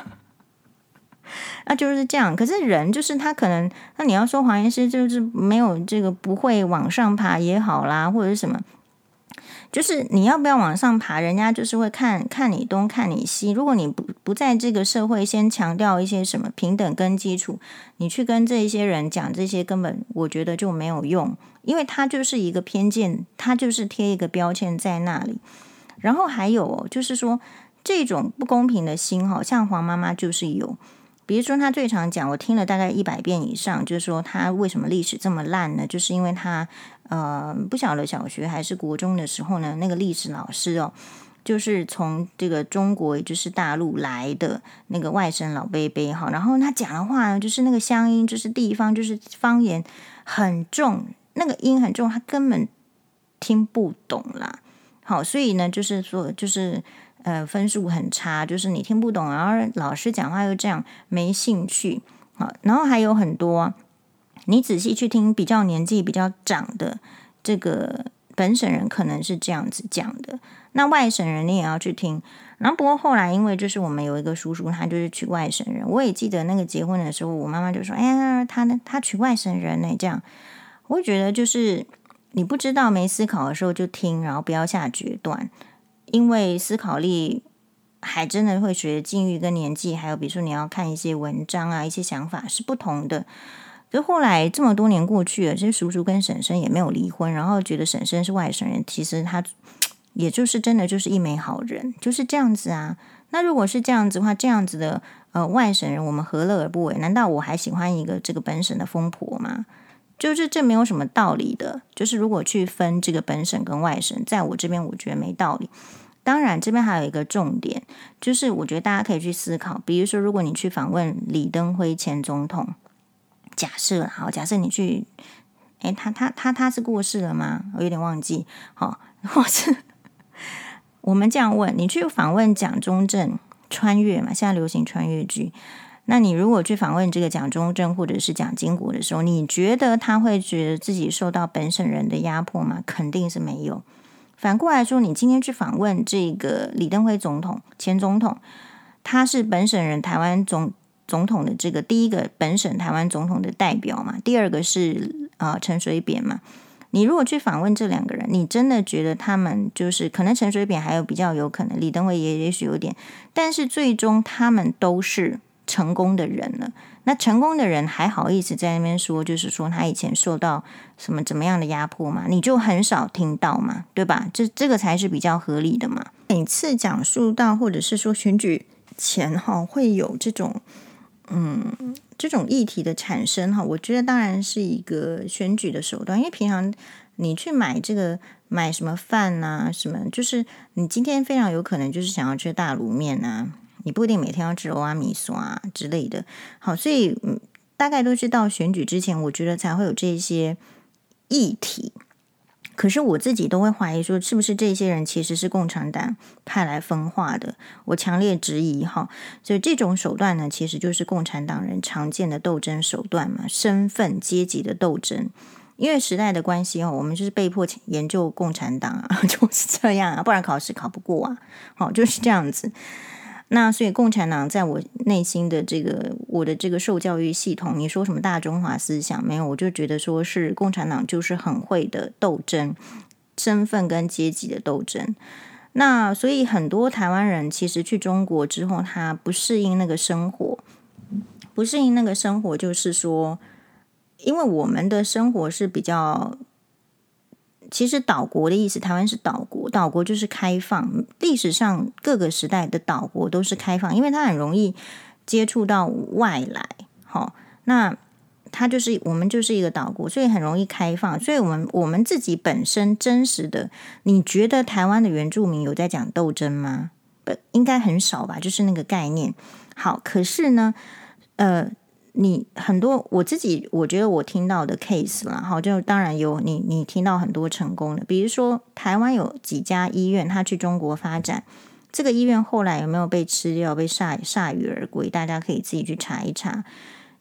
那就是这样。可是人就是他可能，那你要说黄医师就是没有这个不会往上爬也好啦，或者是什么，就是你要不要往上爬，人家就是会看看你东看你西。如果你不不在这个社会先强调一些什么平等跟基础，你去跟这些人讲这些，根本我觉得就没有用，因为他就是一个偏见，他就是贴一个标签在那里。然后还有哦，就是说这种不公平的心，好像黄妈妈就是有。比如说他最常讲，我听了大概一百遍以上，就是说他为什么历史这么烂呢？就是因为他呃不晓得小学还是国中的时候呢，那个历史老师哦，就是从这个中国也就是大陆来的那个外省老伯伯哈，然后他讲的话呢，就是那个乡音，就是地方就是方言很重，那个音很重，他根本听不懂啦。好，所以呢，就是说就是。呃，分数很差，就是你听不懂，然后老师讲话又这样没兴趣，好，然后还有很多，你仔细去听，比较年纪比较长的这个本省人可能是这样子讲的，那外省人你也要去听。然后不过后来因为就是我们有一个叔叔，他就是娶外省人，我也记得那个结婚的时候，我妈妈就说：“哎呀，他他娶外省人呢。”这样，我觉得就是你不知道没思考的时候就听，然后不要下决断。因为思考力还真的会随着境遇跟年纪，还有比如说你要看一些文章啊，一些想法是不同的。可是后来这么多年过去了，这些叔叔跟婶婶也没有离婚，然后觉得婶婶是外省人，其实他也就是真的就是一枚好人，就是这样子啊。那如果是这样子的话，这样子的呃外省人，我们何乐而不为？难道我还喜欢一个这个本省的疯婆吗？就是这没有什么道理的，就是如果去分这个本省跟外省，在我这边我觉得没道理。当然这边还有一个重点，就是我觉得大家可以去思考，比如说如果你去访问李登辉前总统，假设好，假设你去，诶他他他他是过世了吗？我有点忘记，好，或是我们这样问，你去访问蒋中正，穿越嘛，现在流行穿越剧。那你如果去访问这个蒋中正或者是蒋经国的时候，你觉得他会觉得自己受到本省人的压迫吗？肯定是没有。反过来说，你今天去访问这个李登辉总统前总统，他是本省人台湾总总统的这个第一个本省台湾总统的代表嘛，第二个是呃陈水扁嘛。你如果去访问这两个人，你真的觉得他们就是可能陈水扁还有比较有可能，李登辉也也许有点，但是最终他们都是成功的人了。那成功的人还好意思在那边说，就是说他以前受到什么怎么样的压迫嘛，你就很少听到嘛，对吧？这这个才是比较合理的嘛。每次讲述到或者是说选举前哈会有这种嗯这种议题的产生哈，我觉得当然是一个选举的手段，因为平常你去买这个买什么饭啊，什么就是你今天非常有可能就是想要吃大卤面啊。你不一定每天要吃欧阿米刷、啊、之类的，好，所以、嗯、大概都是到选举之前，我觉得才会有这些议题。可是我自己都会怀疑说，是不是这些人其实是共产党派来分化的？我强烈质疑哈。所以这种手段呢，其实就是共产党人常见的斗争手段嘛，身份阶级的斗争。因为时代的关系哦，我们就是被迫研究共产党啊，就是这样啊，不然考试考不过啊，好，就是这样子。那所以共产党在我内心的这个我的这个受教育系统，你说什么大中华思想没有，我就觉得说是共产党就是很会的斗争，身份跟阶级的斗争。那所以很多台湾人其实去中国之后，他不适应那个生活，不适应那个生活就是说，因为我们的生活是比较。其实岛国的意思，台湾是岛国，岛国就是开放。历史上各个时代的岛国都是开放，因为它很容易接触到外来。好，那它就是我们就是一个岛国，所以很容易开放。所以我们我们自己本身真实的，你觉得台湾的原住民有在讲斗争吗？不，应该很少吧，就是那个概念。好，可是呢，呃。你很多我自己我觉得我听到的 case 啦，好，就当然有你你听到很多成功的，比如说台湾有几家医院，他去中国发展，这个医院后来有没有被吃掉，被铩铩羽而归，大家可以自己去查一查。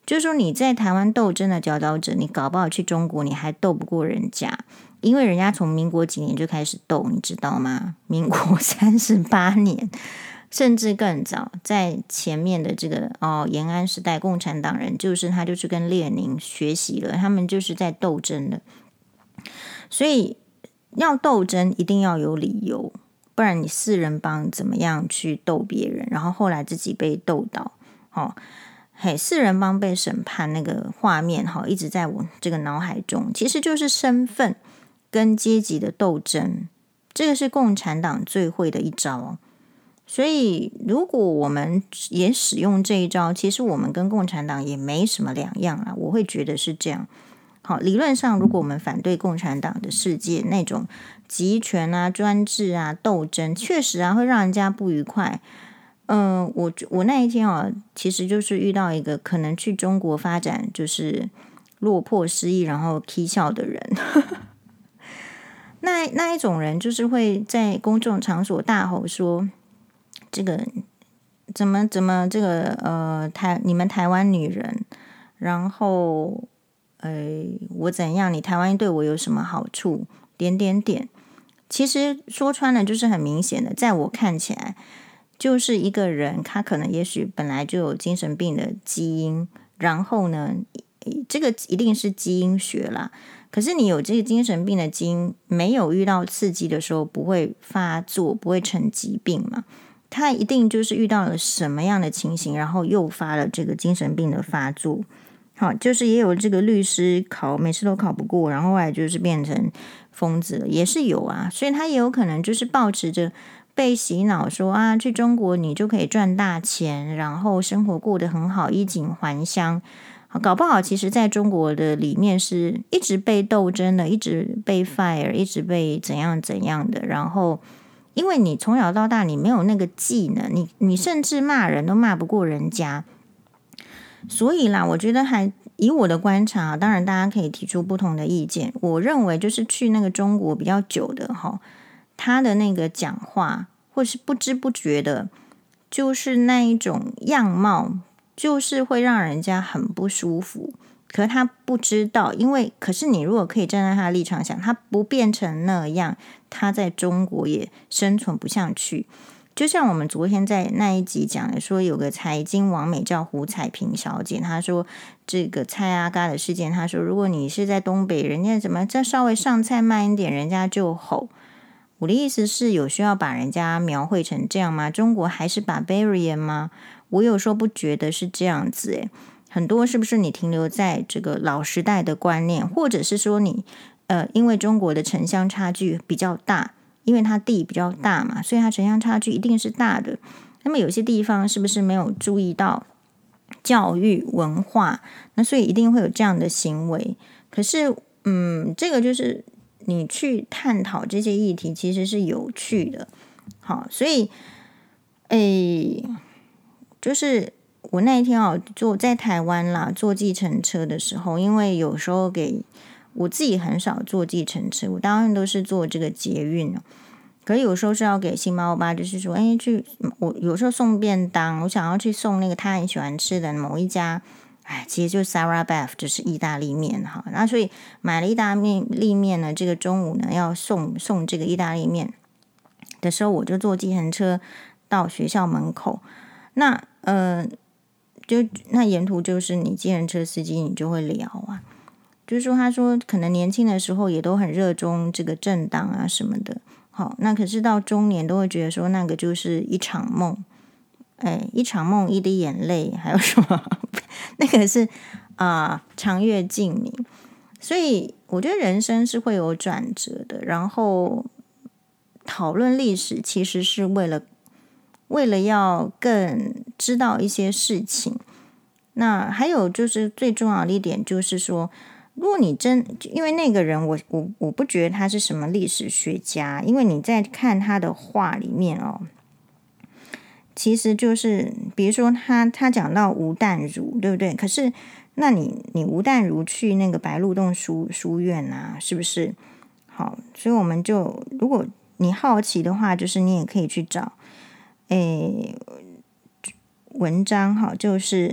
就是说你在台湾斗争的佼佼者，你搞不好去中国你还斗不过人家，因为人家从民国几年就开始斗，你知道吗？民国三十八年，甚至更早，在前面的这个哦延安时代，共产党人就是他就是跟列宁学习了，他们就是在斗争的，所以要斗争一定要有理由，不然你四人帮怎么样去斗别人，然后后来自己被斗倒，哦。嘿，四人帮被审判那个画面哈，一直在我这个脑海中，其实就是身份跟阶级的斗争，这个是共产党最会的一招。所以，如果我们也使用这一招，其实我们跟共产党也没什么两样啦。我会觉得是这样。好，理论上，如果我们反对共产党的世界那种集权啊、专制啊、斗争，确实啊会让人家不愉快。嗯、呃，我我那一天啊，其实就是遇到一个可能去中国发展，就是落魄失意，然后踢笑的人。那那一种人，就是会在公众场所大吼说：“这个怎么怎么这个呃台你们台湾女人，然后呃我怎样？你台湾对我有什么好处？点点点。”其实说穿了，就是很明显的，在我看起来。就是一个人，他可能也许本来就有精神病的基因，然后呢，这个一定是基因学啦。可是你有这个精神病的基因，没有遇到刺激的时候不会发作，不会成疾病嘛？他一定就是遇到了什么样的情形，然后诱发了这个精神病的发作。好，就是也有这个律师考每次都考不过，然后后来就是变成疯子了，也是有啊。所以他也有可能就是抱持着。被洗脑说啊，去中国你就可以赚大钱，然后生活过得很好，衣锦还乡。搞不好其实在中国的里面是一直被斗争的，一直被 fire， 一直被怎样怎样的。然后因为你从小到大你没有那个技能，你你甚至骂人都骂不过人家。所以啦，我觉得还以我的观察，当然大家可以提出不同的意见。我认为就是去那个中国比较久的哈。他的那个讲话，或是不知不觉的，就是那一种样貌，就是会让人家很不舒服。可是他不知道，因为可是你如果可以站在他的立场想，他不变成那样，他在中国也生存不下去。就像我们昨天在那一集讲的，说有个财经网美叫胡彩萍小姐，她说这个蔡阿嘎的事件，她说如果你是在东北，人家怎么再稍微上菜慢一点，人家就吼。我的意思是有需要把人家描绘成这样吗？中国还是 barbarian 吗？我有时候不觉得是这样子诶，很多是不是你停留在这个老时代的观念，或者是说你呃，因为中国的城乡差距比较大，因为它地比较大嘛，所以它城乡差距一定是大的。那么有些地方是不是没有注意到教育文化？那所以一定会有这样的行为。可是嗯，这个就是你去探讨这些议题其实是有趣的。好，所以诶，就是我那一天哦，坐在台湾啦，坐计程车的时候，因为有时候给我自己很少坐计程车，我当然都是坐这个捷运。可是有时候是要给星猫吧，就是说，哎，去我有时候送便当，我想要去送那个他很喜欢吃的某一家，哎，其实就是 Sarah Beth， 就是意大利面哈。那所以买了意大利面呢，这个中午呢要送送这个意大利面的时候，我就坐计程车到学校门口。那呃，就那沿途就是你计程车司机，你就会聊啊，就是说他说可能年轻的时候也都很热衷这个政党啊什么的。好，那可是到中年都会觉得说那个就是一场梦，哎，一场梦，一滴眼泪，还有什么？那个是啊、呃，长月烬明。所以我觉得人生是会有转折的，然后讨论历史其实是为了为了要更知道一些事情。那还有就是最重要的一点就是说。如果你真因为那个人我我我不觉得他是什么历史学家，因为你在看他的话里面哦，其实就是比如说他他讲到吴淡如，对不对？可是那你你吴淡如去那个白鹿洞书书院啊，是不是？好，所以我们就如果你好奇的话，就是你也可以去找诶文章哈，就是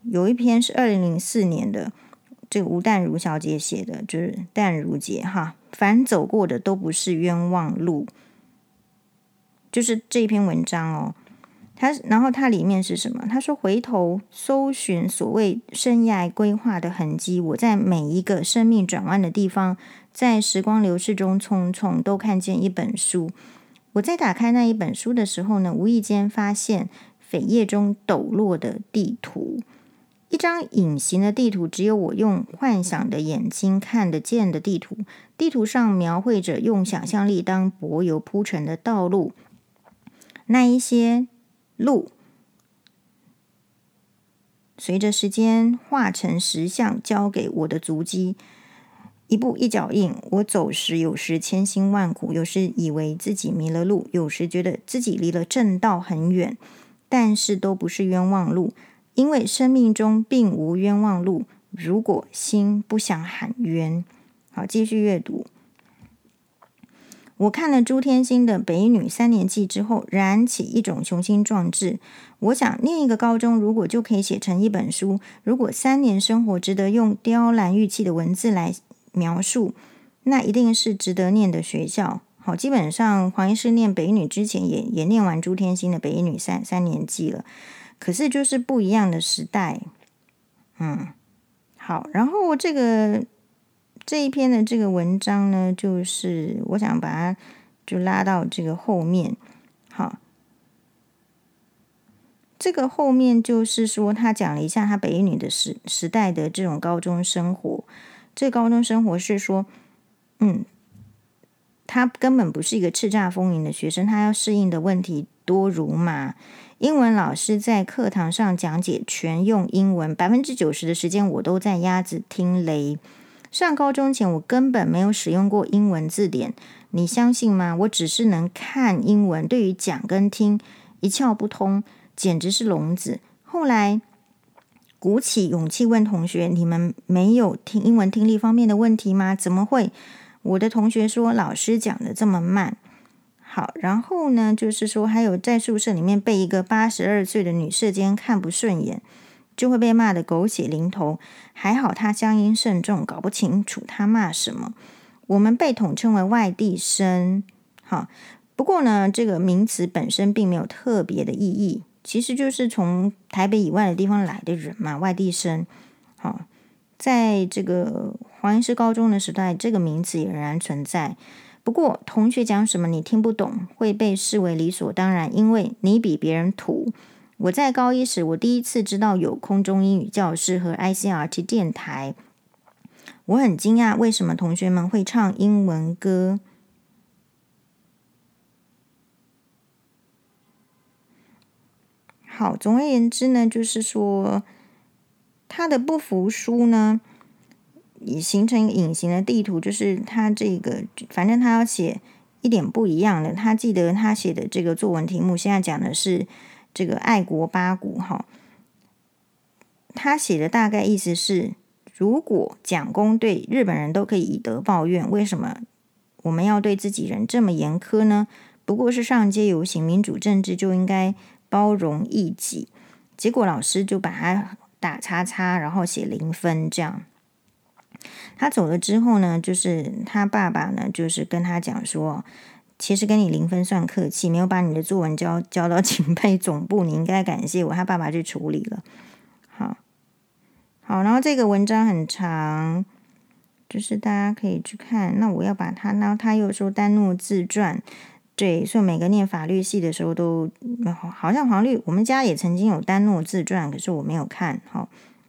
有一篇是二零零四年的，这个吴淡如小姐写的，就是淡如姐哈，凡走过的都不是冤枉路，就是这一篇文章哦。它然后它里面是什么？他说回头搜寻所谓生涯规划的痕迹，我在每一个生命转弯的地方，在时光流逝中匆匆都看见一本书。我在打开那一本书的时候呢，无意间发现扉页中抖落的地图，一张隐形的地图，只有我用幻想的眼睛看得见的地图。地图上描绘着用想象力当柏油铺成的道路，那一些路随着时间化成石像，交给我的足迹，一步一脚印。我走时有时千辛万苦，有时以为自己迷了路，有时觉得自己离了正道很远，但是都不是冤枉路，因为生命中并无冤枉路，如果心不想喊冤。好，继续阅读。我看了朱天心的《北女三年记》之后，燃起一种雄心壮志。我想念一个高中，如果就可以写成一本书，如果三年生活值得用雕栏玉砌的文字来描述，那一定是值得念的学校。好，基本上黄医师念北女之前也也念完朱天心的《北女三三年记》了，可是就是不一样的时代。嗯，好，然后这个。这一篇的这个文章呢，就是我想把它就拉到这个后面。好，这个后面就是说，他讲了一下他北一女的时时代的这种高中生活。这高中生活是说，嗯，他根本不是一个叱咤风云的学生，他要适应的问题多如麻。英文老师在课堂上讲解全用英文，百分之九十的时间我都在鸭子听雷。上高中前，我根本没有使用过英文字典，你相信吗？我只是能看英文，对于讲跟听一窍不通，简直是聋子。后来鼓起勇气问同学：“你们没有听英文听力方面的问题吗？”怎么会？我的同学说老师讲的这么慢。好，然后呢，就是说还有在宿舍里面被一个八十二岁的女舍监看不顺眼，就会被骂得狗血淋头。还好他乡音慎重，搞不清楚他骂什么。我们被统称为外地生。好，不过呢，这个名词本身并没有特别的意义，其实就是从台北以外的地方来的人嘛，外地生。好，在这个黄医师高中的时代，这个名词也仍然存在。不过同学讲什么你听不懂，会被视为理所当然，因为你比别人土。我在高一时，我第一次知道有空中英语教室和 I C R T 电台，我很惊讶为什么同学们会唱英文歌。好，总而言之呢，就是说他的不服输呢，也形成一个隐形的地图，就是他这个，反正他要写一点不一样的。他记得他写的这个作文题目，现在讲的是这个爱国八股哈。他写的大概意思是，如果蒋公对日本人都可以以德报怨，为什么我们要对自己人这么严苛呢？不过是上街游行，民主政治就应该包容异己。结果老师就把他打叉叉，然后写零分这样。他走了之后呢，就是他爸爸呢，就是跟他讲说，其实跟你零分算客气，没有把你的作文交交到警备总部，你应该感谢我。他爸爸去处理了。好，好，然后这个文章很长，就是大家可以去看。那我要把它，然后他又说丹诺自传，对，所以每个念法律系的时候都，好像黄律，我们家也曾经有丹诺自传，可是我没有看。好。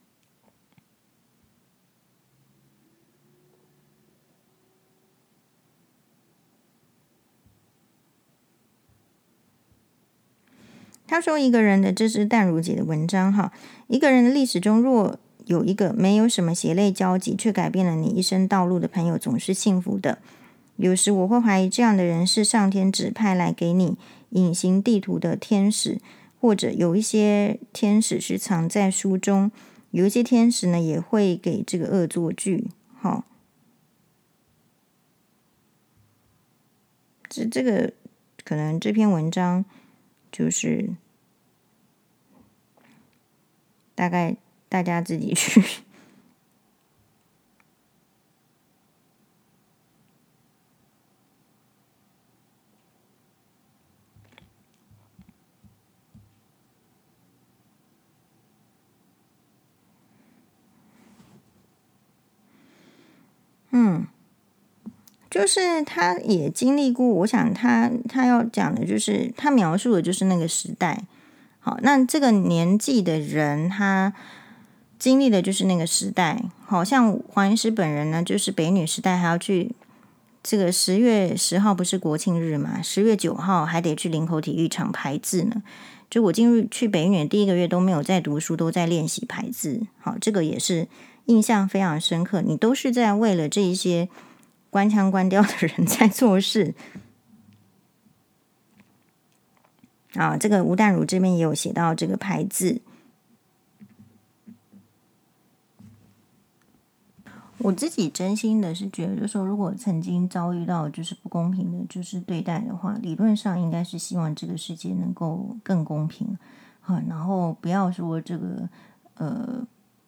他说一个人的，这是淡如姐的文章哈。一个人的历史中，若有一个没有什么血泪交集，却改变了你一生道路的朋友，总是幸福的。有时我会怀疑，这样的人是上天指派来给你隐形地图的天使，或者有一些天使是藏在书中，有一些天使呢也会给这个恶作剧。好，这这个可能这篇文章就是大概大家自己去。嗯，就是他也经历过，我想他他要讲的就是他描述的就是那个时代。好，那这个年纪的人，他经历的就是那个时代。好像黄医师本人呢，就是北女时代还要去这个十月十号不是国庆日嘛，十月九号还得去林口体育场排字呢。就我进入去北女第一个月都没有在读书，都在练习排字。好，这个也是印象非常深刻。你都是在为了这一些关腔关调的人在做事。啊，这个吴淡如这边也有写到这个排字。我自己真心的是觉得，就是说，如果曾经遭遇到就是不公平的，就是对待的话，理论上应该是希望这个世界能够更公平，哈，然后不要说这个呃，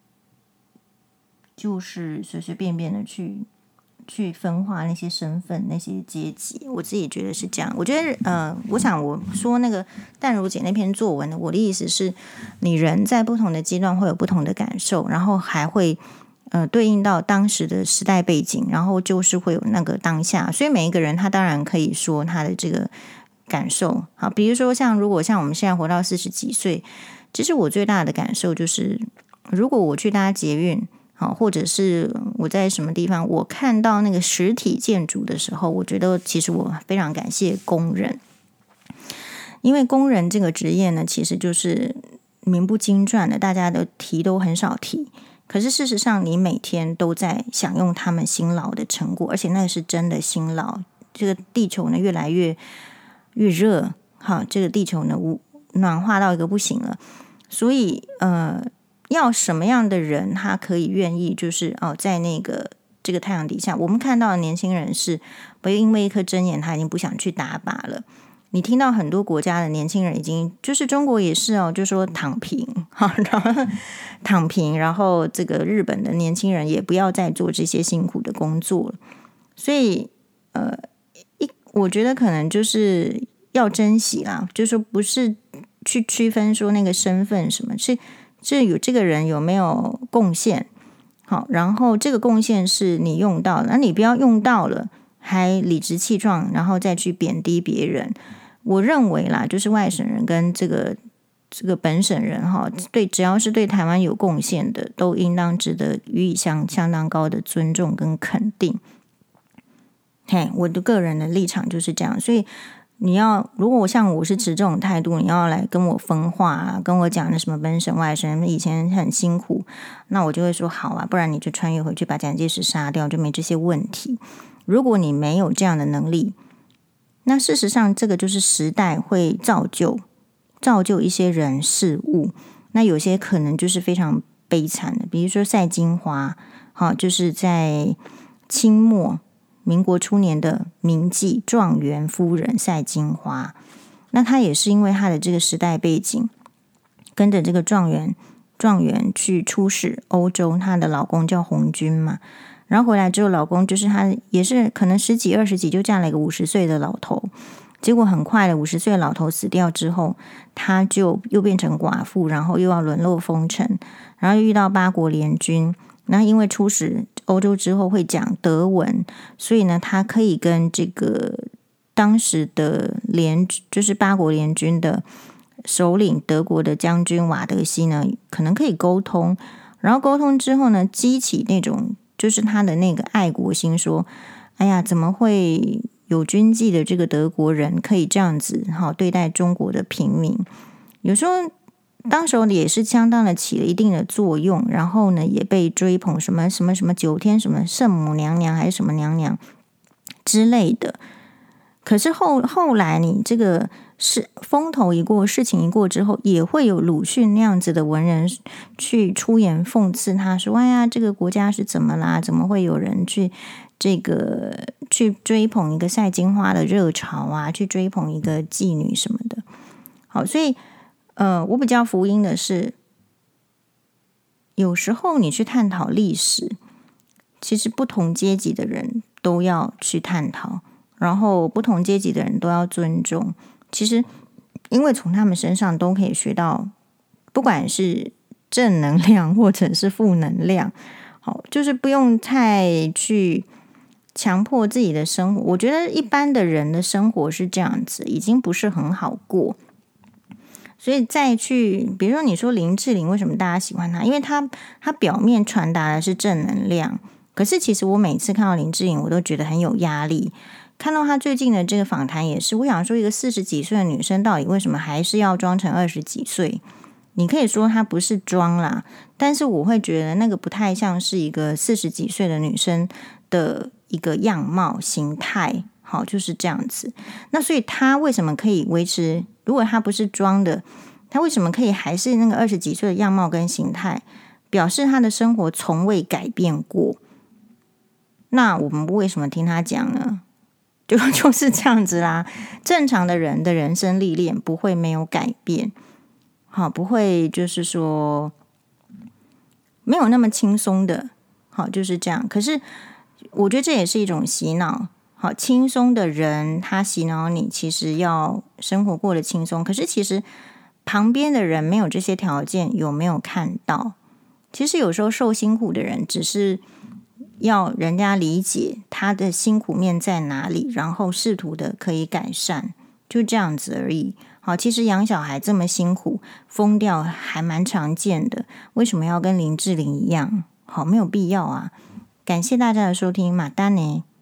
就是随随便便的去去分化那些身份、那些阶级。我自己觉得是这样。我觉得呃，我想我说那个淡如姐那篇作文的，我的意思是，你人在不同的阶段会有不同的感受，然后还会。呃，对应到当时的时代背景，然后就是会有那个当下，所以每一个人他当然可以说他的这个感受。好，比如说像如果像我们现在活到四十几岁，其实我最大的感受就是，如果我去搭捷运，好，或者是我在什么地方，我看到那个实体建筑的时候，我觉得其实我非常感谢工人，因为工人这个职业呢，其实就是名不经传的，大家的提都很少提。可是事实上，你每天都在享用他们辛劳的成果，而且那是真的辛劳。这个地球呢，越来越越热，好，这个地球呢，暖化到一个不行了。所以，呃，要什么样的人，他可以愿意，就是哦，在那个这个太阳底下，我们看到的年轻人是，不因为一颗针眼，他已经不想去打靶了。你听到很多国家的年轻人已经，就是中国也是哦，就说躺平，哈，然后躺平，然后这个日本的年轻人也不要再做这些辛苦的工作了。所以，呃，一我觉得可能就是要珍惜啦，就是说不是去区分说那个身份什么，是是有这个人有没有贡献，好，然后这个贡献是你用到了，那你不要用到了还理直气壮，然后再去贬低别人。我认为啦，就是外省人跟这个这个本省人哈，对，只要是对台湾有贡献的，都应当值得予以相相当高的尊重跟肯定。嘿，我的个人的立场就是这样，所以你要如果像我是持这种态度，你要来跟我分化啊，跟我讲的什么本省外省人以前很辛苦，那我就会说好啊，不然你就穿越回去把蒋介石杀掉，就没这些问题。如果你没有这样的能力，那事实上，这个就是时代会造就造就一些人事物。那有些可能就是非常悲惨的，比如说赛金花，好，就是在清末民国初年的名妓状元夫人赛金花。那她也是因为她的这个时代背景，跟着这个状元状元去出使欧洲，她的老公叫红军嘛。然后回来之后，老公就是她，也是可能十几二十几就嫁了一个五十岁的老头，结果很快的五十岁的老头死掉之后，她就又变成寡妇，然后又要沦落风尘，然后又遇到八国联军，然后因为出使欧洲之后会讲德文，所以呢，她可以跟这个当时的联就是八国联军的首领德国的将军瓦德西呢，可能可以沟通，然后沟通之后呢，激起那种。就是他的那个爱国心，说：“哎呀，怎么会有军纪的这个德国人可以这样子好对待中国的平民？”有时候，当时候也是相当的起了一定的作用，然后呢，也被追捧什么什么什么九天什么圣母娘娘还是什么娘娘之类的。可是后后来，你这个是风头一过，事情一过之后，也会有鲁迅那样子的文人去出言讽刺他，说：“哎呀，这个国家是怎么啦？怎么会有人去这个去追捧一个赛金花的热潮啊？去追捧一个妓女什么的？”好，所以呃，我比较福音的是， 有时候你去探讨历史，其实不同阶级的人都要去探讨，然后不同阶级的人都要尊重。其实因为从他们身上都可以学到，不管是正能量或者是负能量，好，就是不用太去强迫自己的生活。我觉得一般的人的生活是这样子，已经不是很好过。所以再去，比如说你说林志玲为什么大家喜欢她？因为她她表面传达的是正能量，可是其实我每次看到林志玲，我都觉得很有压力。看到她最近的这个访谈也是，我想说一个四十几岁的女生，到底为什么还是要装成二十几岁？你可以说她不是装啦，但是我会觉得那个不太像是一个四十几岁的女生的一个样貌形态。好，就是这样子。那所以她为什么可以维持？如果她不是装的，她为什么可以还是那个二十几岁的样貌跟形态？表示她的生活从未改变过。那我们为什么听她讲呢？就就是这样子啦。正常的人的人生历练不会没有改变，好，不会就是说没有那么轻松的，好，就是这样。可是我觉得这也是一种洗脑。好，轻松的人他洗脑你，其实要生活过得轻松，可是其实旁边的人没有这些条件，有没有看到？其实有时候受辛苦的人只是要人家理解他的辛苦面在哪里，然后试图的可以改善，就这样子而已。好，其实养小孩这么辛苦，疯掉还蛮常见的，为什么要跟林志玲一样？好，没有必要啊。感谢大家的收听，马丹呢。